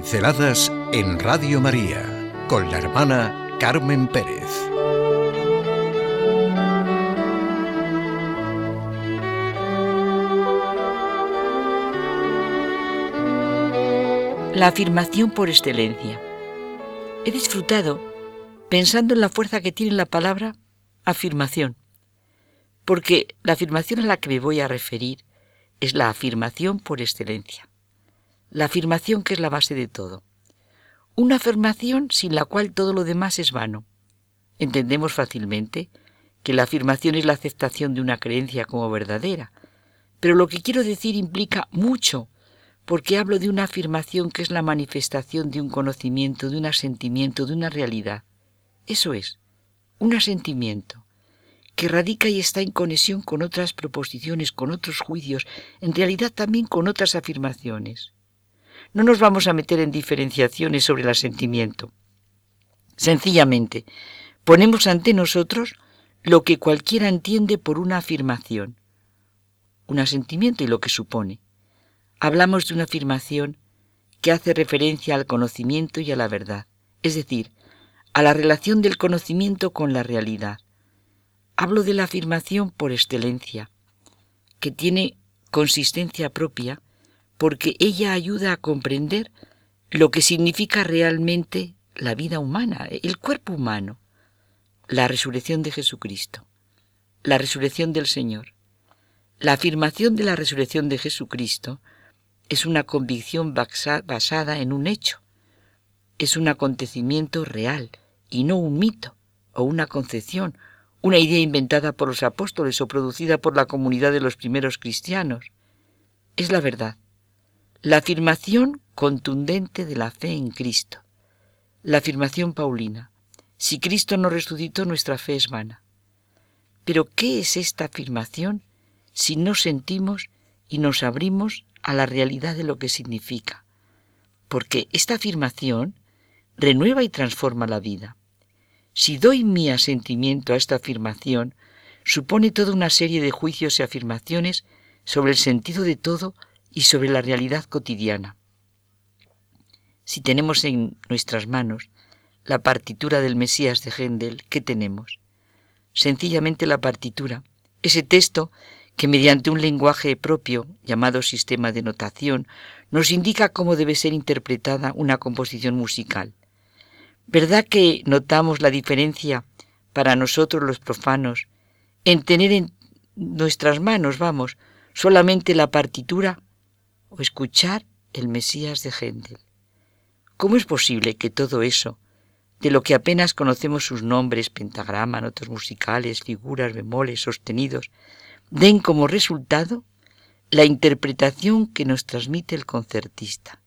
Pinceladas en Radio María con la hermana Carmen Pérez. La afirmación por excelencia. He disfrutado pensando en la fuerza que tiene la palabra afirmación, porque la afirmación a la que me voy a referir es la afirmación por excelencia. La afirmación que es la base de todo. Una afirmación sin la cual todo lo demás es vano. Entendemos fácilmente que la afirmación es la aceptación de una creencia como verdadera, pero lo que quiero decir implica mucho, porque hablo de una afirmación que es la manifestación de un conocimiento, de un asentimiento, de una realidad. Eso es, un asentimiento, que radica y está en conexión con otras proposiciones, con otros juicios, en realidad también con otras afirmaciones. No nos vamos a meter en diferenciaciones sobre el asentimiento. Sencillamente, ponemos ante nosotros lo que cualquiera entiende por una afirmación, un asentimiento y lo que supone. Hablamos de una afirmación que hace referencia al conocimiento y a la verdad, es decir, a la relación del conocimiento con la realidad. Hablo de la afirmación por excelencia, que tiene consistencia propia, porque ella ayuda a comprender lo que significa realmente la vida humana, el cuerpo humano, la resurrección de Jesucristo, la resurrección del Señor. La afirmación de la resurrección de Jesucristo es una convicción basada en un hecho, es un acontecimiento real y no un mito o una concepción, una idea inventada por los apóstoles o producida por la comunidad de los primeros cristianos. Es la verdad. La afirmación contundente de la fe en Cristo. La afirmación paulina. Si Cristo no resucitó, nuestra fe es vana. Pero ¿qué es esta afirmación si no sentimos y nos abrimos a la realidad de lo que significa? Porque esta afirmación renueva y transforma la vida. Si doy mi asentimiento a esta afirmación, supone toda una serie de juicios y afirmaciones sobre el sentido de todo y sobre la realidad cotidiana. Si tenemos en nuestras manos la partitura del Mesías de Händel, ¿qué tenemos? Sencillamente la partitura, ese texto que mediante un lenguaje propio, llamado sistema de notación, nos indica cómo debe ser interpretada una composición musical. ¿Verdad que notamos la diferencia para nosotros los profanos en tener en nuestras manos, solamente la partitura o escuchar el Mesías de Händel? ¿Cómo es posible que todo eso, de lo que apenas conocemos sus nombres, pentagrama, notas musicales, figuras, bemoles, sostenidos, den como resultado la interpretación que nos transmite el concertista?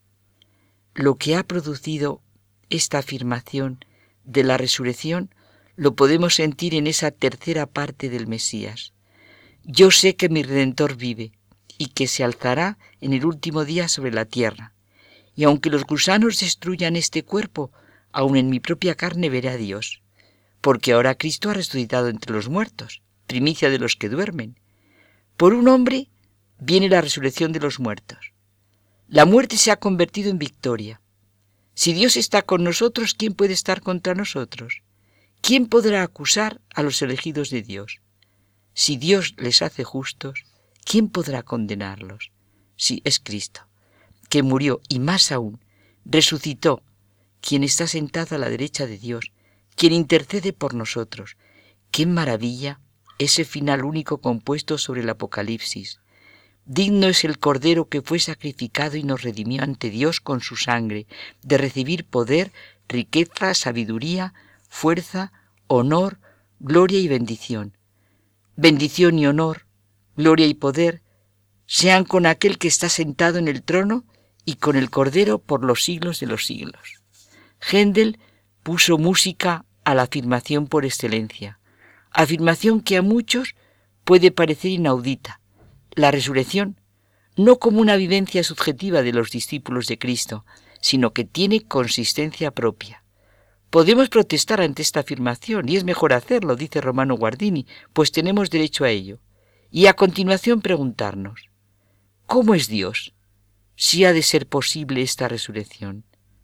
Lo que ha producido esta afirmación de la resurrección lo podemos sentir en esa tercera parte del Mesías. Yo sé que mi Redentor vive y que se alzará en el último día sobre la tierra. Y aunque los gusanos destruyan este cuerpo, aun en mi propia carne veré a Dios. Porque ahora Cristo ha resucitado entre los muertos, primicia de los que duermen. Por un hombre viene la resurrección de los muertos. La muerte se ha convertido en victoria. Si Dios está con nosotros, ¿quién puede estar contra nosotros? ¿Quién podrá acusar a los elegidos de Dios? Si Dios les hace justos, ¿quién podrá condenarlos? Sí, es Cristo, que murió y más aún, resucitó, quien está sentado a la derecha de Dios, quien intercede por nosotros. ¡Qué maravilla ese final único compuesto sobre el Apocalipsis! Digno es el Cordero que fue sacrificado y nos redimió ante Dios con su sangre, de recibir poder, riqueza, sabiduría, fuerza, honor, gloria y bendición. Bendición y honor, gloria y poder sean con aquel que está sentado en el trono y con el Cordero por los siglos de los siglos. Händel puso música a la afirmación por excelencia, afirmación que a muchos puede parecer inaudita. La resurrección, no como una vivencia subjetiva de los discípulos de Cristo, sino que tiene consistencia propia. Podemos protestar ante esta afirmación, y es mejor hacerlo, dice Romano Guardini, pues tenemos derecho a ello. Y a continuación preguntarnos, ¿cómo es Dios? Si ha de ser posible esta resurrección.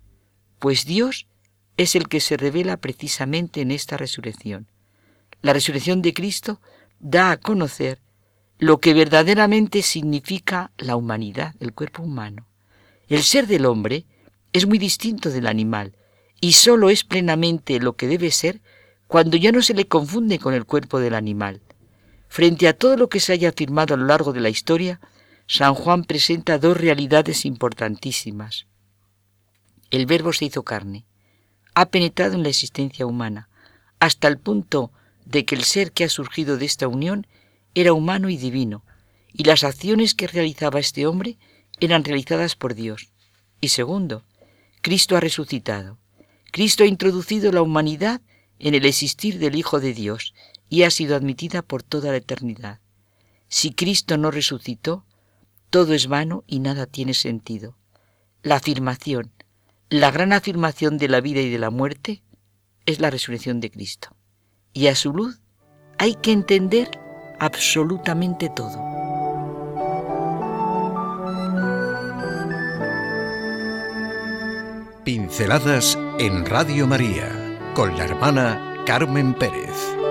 pues Dios es el que se revela precisamente en esta resurrección. La resurrección de Cristo da a conocer lo que verdaderamente significa la humanidad, el cuerpo humano. El ser del hombre es muy distinto del animal y solo es plenamente lo que debe ser cuando ya no se le confunde con el cuerpo del animal. Frente a todo lo que se haya afirmado a lo largo de la historia, San Juan presenta dos realidades importantísimas. El Verbo se hizo carne, ha penetrado en la existencia humana, hasta el punto de que el ser que ha surgido de esta unión era humano y divino, y las acciones que realizaba este hombre eran realizadas por Dios. Y segundo, Cristo ha resucitado. Cristo ha introducido la humanidad en el existir del Hijo de Dios y ha sido admitida por toda la eternidad. Si Cristo no resucitó, todo es vano y nada tiene sentido. La afirmación, la gran afirmación de la vida y de la muerte, es la resurrección de Cristo. Y a su luz hay que entender absolutamente todo. Pinceladas en Radio María con la hermana Carmen Pérez.